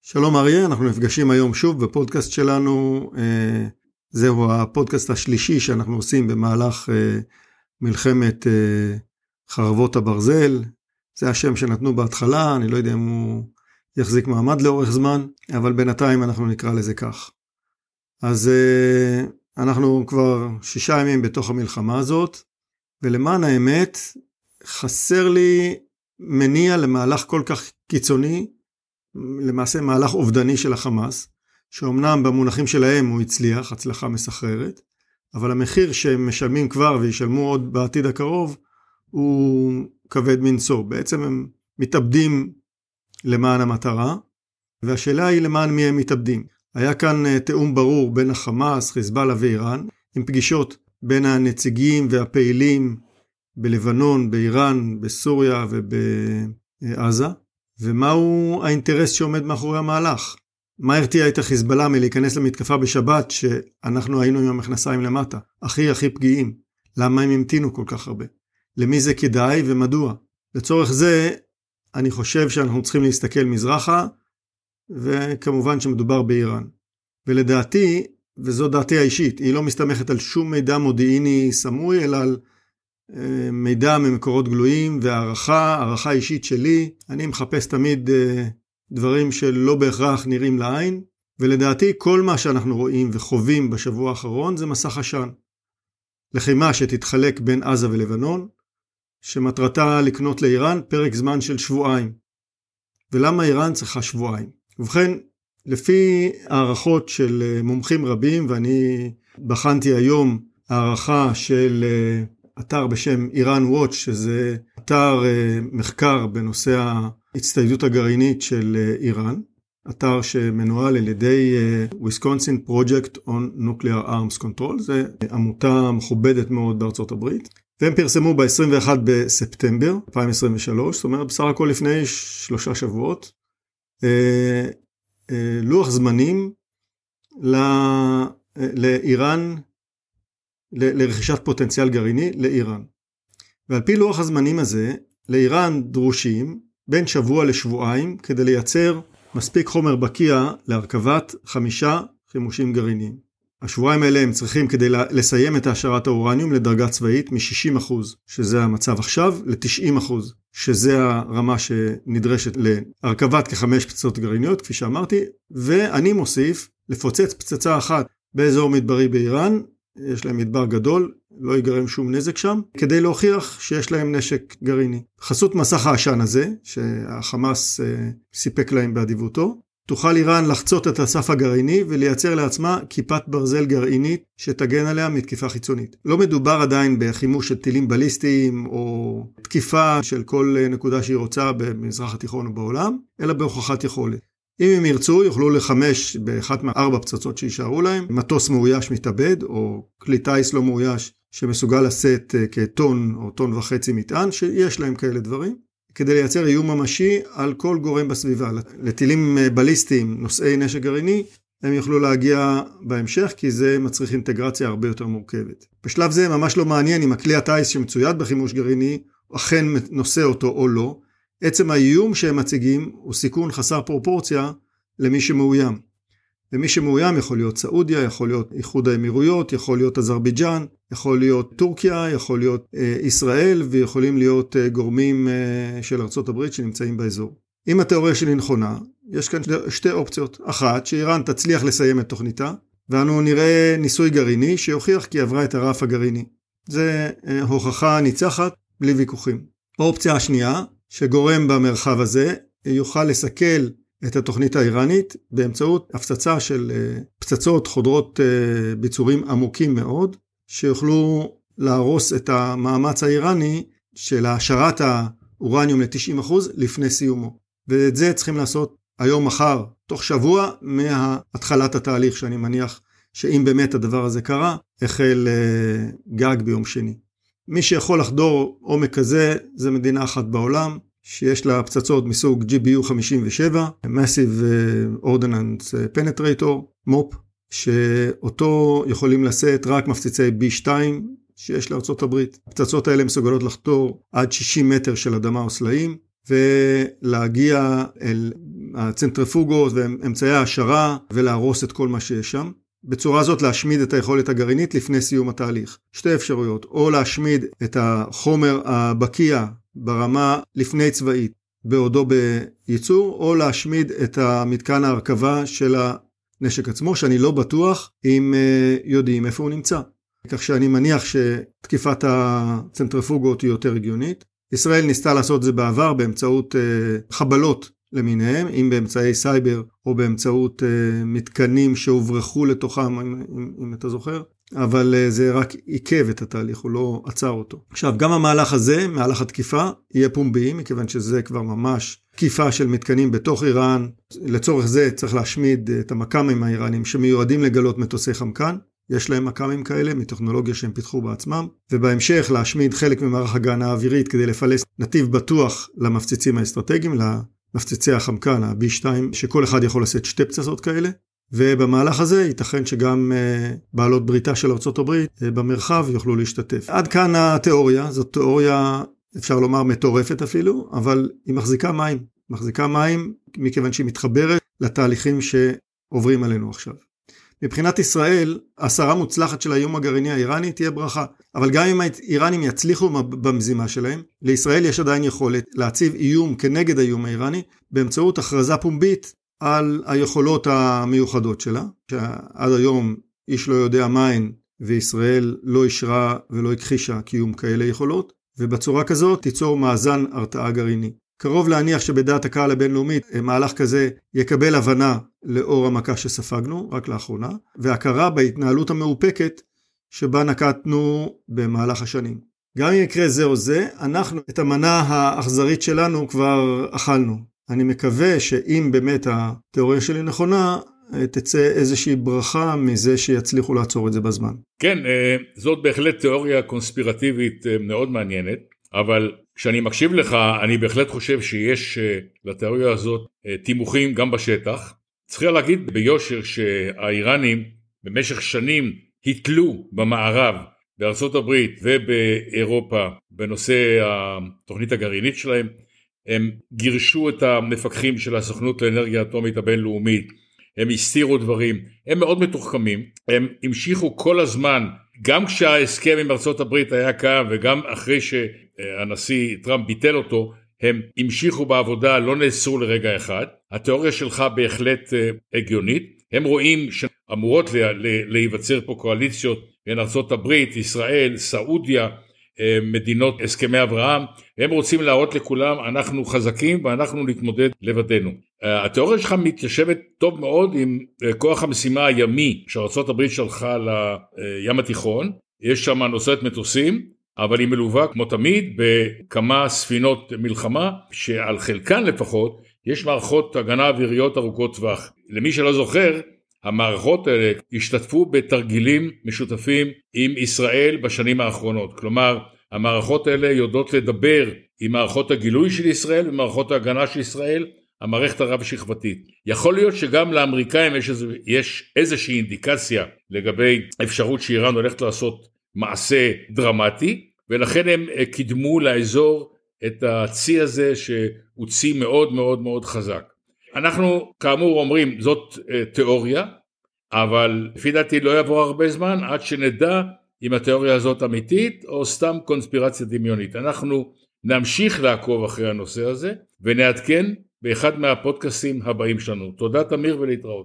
שלום אריה, אנחנו נפגשים היום שוב בפודקאסט שלנו. זהו הפודקאסט השלישי שאנחנו עושים במהלך מלחמת חרבות הברזל. זה השם שנתנו בהתחלה, אני לא יודע אם הוא יחזיק מעמד לאורך זמן, אבל בינתיים אנחנו נקרא לזה כך. אז אנחנו כבר 6 ימים בתוך המלחמה הזאת, ולמען האמת חסר לי מניע למהלך כל כך קיצוני, למעשה מהלך אובדני של החמאס, שאומנם במונחים שלהם הוא הצליח, הצלחה מסחררת, אבל המחיר שהם משלמים כבר וישלמו עוד בעתיד הקרוב, הוא כבד מנשוא. בעצם הם מתאבדים למען המטרה, והשאלה היא למען מי הם מתאבדים. היה כאן תאום ברור בין החמאס, חיזבאללה ואיראן, עם פגישות בין הנציגים והפעילים בלבנון, באיראן, בסוריה ובעזה, ומהו האינטרס שעומד מאחורי המהלך? מה הרתיע את החיזבאללה מלהיכנס למתקפה בשבת שאנחנו היינו עם המכנסיים למטה? הכי פגיעים. למה הם המתינו כל כך הרבה? למי זה כדאי ומדוע? לצורך זה אני חושב שאנחנו צריכים להסתכל מזרחה, וכמובן שמדובר באיראן. ולדעתי, וזו דעתי האישית, היא לא מסתמכת על שום מידע מודיעיני סמוי, אלא על מידע ממקורות גלויים והערכה אישית שלי. אני מחפש תמיד דברים שלא בהכרח נראים לעין, ולדעתי כל מה שאנחנו רואים וחווים בשבוע האחרון זה מסך עשן. לחימה שתתחלק בין עזה ולבנון, שמטרתה לקנות לאיראן פרק זמן של שבועיים. ולמה איראן צריכה שבועיים? ובכן, לפי הערכות של מומחים רבים, ואני בחנתי היום הערכה של אתר בשם איראן וואץ', שזה אתר מחקר בנושא ההצטיידות הגרעינית של איראן, אתר שמנוהל על ידי Wisconsin Project on Nuclear Arms Control, זה עמותה מכובדת מאוד בארצות הברית, והם פרסמו ב-21 בספטמבר 2023, זאת אומרת בסך הכל לפני 3 שבועות, לוח זמנים לאיראן, לרכישת פוטנציאל גרעיני לאיראן. ועל פי לוח הזמנים הזה, לאיראן דרושים בין שבוע לשבועיים כדי לייצר מספיק חומר בקיע להרכבת 5 חימושים גרעיניים. השבועיים האלה הם צריכים כדי לסיים את העשרת האורניום לדרגה צבאית מ-60%, שזה המצב עכשיו, ל-90%, שזה הרמה שנדרשת להרכבת כ5 פצצות גרעיניות, כפי שאמרתי, ואני מוסיף לפוצץ פצצה אחת באזור מדברי באיראן, יש להם מדבר גדול, לא ייגרם שום נזק שם, כדי להוכיח שיש להם נשק גרעיני. חסות מסך העשן הזה, שהחמאס סיפק להם באדיבותו, תוכל איראן לחצות את הסף הגרעיני ולייצר לעצמה כיפת ברזל גרעינית שתגן עליה מתקיפה חיצונית. לא מדובר עדיין בחימוש של טילים בליסטיים או תקיפה של כל נקודה שהיא רוצה במזרח התיכון ובעולם, אלא בהוכחת יכולת. אם הם ירצו, יוכלו לחמש באחת מה4 פצצות שישארו להם, מטוס מאויש מתאבד, או כלי טייס לא מאויש שמסוגל לשאת כטון או טון וחצי מטען, שיש להם כאלה דברים, כדי לייצר איום ממשי על כל גורם בסביבה. לטילים בליסטיים, נושאי נשק גרעיני, הם יוכלו להגיע בהמשך, כי זה מצריך אינטגרציה הרבה יותר מורכבת. בשלב זה ממש לא מעניין אם הכלי הטייס שמצויד בחימוש גרעיני, אכן נושא אותו או לא, עצם האיום שהם מציגים הוא סיכון חסר פרופורציה למי שמאוים. ומי שמאוים יכול להיות סעודיה, יכול להיות איחוד האמירויות, יכול להיות אזרבייג'אן, יכול להיות טורקיה, יכול להיות ישראל, ויכולים להיות גורמים של ארצות הברית שנמצאים באזור. אם התיאוריה שלי נכונה, יש כאן 2 אופציות. אחת, שאיראן תצליח לסיים את תוכניתה, ואנו נראה ניסוי גרעיני שיוכיח כי עברה את הרף הגרעיני. זה הוכחה ניצחת בלי ויכוחים. האופציה השנייה, שגורם במרחב הזה יוכל לסכל את התוכנית האיראנית באמצעות הפצצה של פצצות חודרות ביצורים עמוקים מאוד, שיוכלו להרוס את המאמץ האיראני של העשרת האורניום ל-90% לפני סיומו. ואת זה צריכים לעשות היום מחר, תוך שבוע מהתחלת התהליך, שאני מניח שאם באמת הדבר הזה קרה, החל גג ביום שני. מי שיכול לחדור עומק כזה, זה מדינה אחת בעולם, שיש לה פצצות מסוג GBU-57, Massive Ordnance Penetrator, MOP, שאותו יכולים לשאת רק מפציצי B2, שיש לארצות הברית. הפצצות האלה מסוגלות לחתור עד 60 מטר של אדמה או סלעים, ולהגיע אל הצנטריפוגות ואמצעי ההעשרה ולהרוס את כל מה שיש שם. בצורה זאת להשמיד את היכולת הגרעינית לפני סיום התהליך. שתי אפשרויות, או להשמיד את החומר הבקיע ברמה לפני צבאית בעודו בייצור, או להשמיד את המתקן ההרכבה של הנשק עצמו, שאני לא בטוח אם יודעים איפה הוא נמצא. כך שאני מניח שתקיפת הצנטריפוגות היא יותר הגיונית. ישראל ניסתה לעשות זה בעבר באמצעות חבלות למיניהם, אם באמצעי סייבר או באמצעות מתקנים שהוברחו לתוכם, אם אתה זוכר, אבל זה רק עיכב את התהליך, הוא לא עצר אותו. עכשיו, גם המהלך הזה, מהלך התקיפה, יהיה פומבי, מכיוון שזה כבר ממש תקיפה של מתקנים בתוך איראן. לצורך זה צריך להשמיד את המקמים האיראנים שמיועדים לגלות מטוסי חמקן, יש להם מקמים כאלה מטכנולוגיה שהם פיתחו בעצמם, ובהמשך להשמיד חלק ממערך הגנה האווירית כדי לפלס נתיב בטוח למפציצים האסטרטגיים, למפציצי החמקן, ה-B2, שכל אחד יכול לשאת 2 פצצות כאלה, ובמהלך הזה ייתכן שגם בעלות בריתה של ארצות הברית במרחב יוכלו להשתתף. עד כאן התיאוריה, זאת תיאוריה אפשר לומר מטורפת אפילו, אבל היא מחזיקה מים מכיוון שהיא מתחברת לתהליכים שעוברים עלינו עכשיו. מבחינת ישראל, הסרה מוצלחת של האיום הגרעיני האיראני תהיה ברכה. אבל גם אם האיראנים יצליחו במזימה שלהם, לישראל יש עדיין יכולת להציב איום כנגד האיום האיראני, באמצעות הכרזה פומבית על היכולות המיוחדות שלה, שעד היום איש לא יודע מהן, וישראל לא אישרה ולא הכחישה קיום כאלה יכולות, ובצורה כזאת תיצור מאזן הרתעה גרעיני. קרוב להניח שבדעת הקהל הבינלאומית מהלך כזה יקבל הבנה לאור המכה שספגנו רק לאחרונה, והכרה בהתנהלות המאופקת שבה נקטנו במהלך השנים. גם אם יקרה זה או זה, אנחנו את המנה האכזרית שלנו כבר אכלנו. אני מקווה שאם באמת התיאוריה שלי נכונה, תצא איזושהי ברכה מזה שיצליחו לעצור את זה בזמן. כן, זאת בהחלט תיאוריה קונספירטיבית מאוד מעניינת, אבל כשאני מקשיב לך, אני בהחלט חושב שיש לתיאוריה הזאת תימוכים גם בשטח. צריך להגיד ביושר שהאיראנים במשך שנים התלו במערב, בארצות הברית ובאירופה, בנושא התוכנית הגרעינית שלהם. הם גירשו את המפקחים של הסוכנות לאנרגיה אטומית הבינלאומית, הם הסתירו דברים, הם מאוד מתוחכמים, הם המשיכו כל הזמן, גם כשההסכם עם ארצות הברית היה קיים וגם אחרי שהנשיא טראמפ ביטל אותו, הם המשיכו בעבודה, לא נאסרו לרגע אחד. התיאוריה שלך בהחלט הגיונית. הם רואים שאמורות להיווצר פה קואליציות בין ארצות הברית, ישראל, סעודיה, מדינות הסכמי אברהם, הם רוצים להראות לכולם אנחנו חזקים ואנחנו נתמודד לבדנו. התיאוריה שלך מתיישבת טוב מאוד עם כוח המשימה הימי שארצות הברית שלחה לים התיכון. יש שם נושאת מטוסים, אבל היא מלווה כמו תמיד בכמה ספינות מלחמה, שעל חלקן לפחות יש מערכות הגנה אוויריות ארוכות טווח. למי שלא זוכר, המערכות האלה השתתפו בתרגילים משותפים עם ישראל בשנים האחרונות. כלומר, המערכות האלה יודעות לדבר עם מערכות הגילוי של ישראל ומערכות ההגנה של ישראל, המערכת הרב שכבתית. יכול להיות שגם לאמריקאים יש איזושהי אינדיקציה לגבי אפשרות שאיראן הולכת לעשות מעשה דרמטי, ולכן הם קידמו לאזור את הצי הזה שהוא צי מאוד מאוד מאוד חזק. אנחנו כאמור אומרים זאת תיאוריה, אבל לפי דעתי לא יעבור הרבה זמן עד שנדע אם התיאוריה הזאת אמיתית או סתם קונספירציה דמיונית. אנחנו נמשיך לעקוב אחרי הנושא הזה ונעדכן באחד מהפודקאסים הבאים שלנו. תודה תמיר ולהתראות.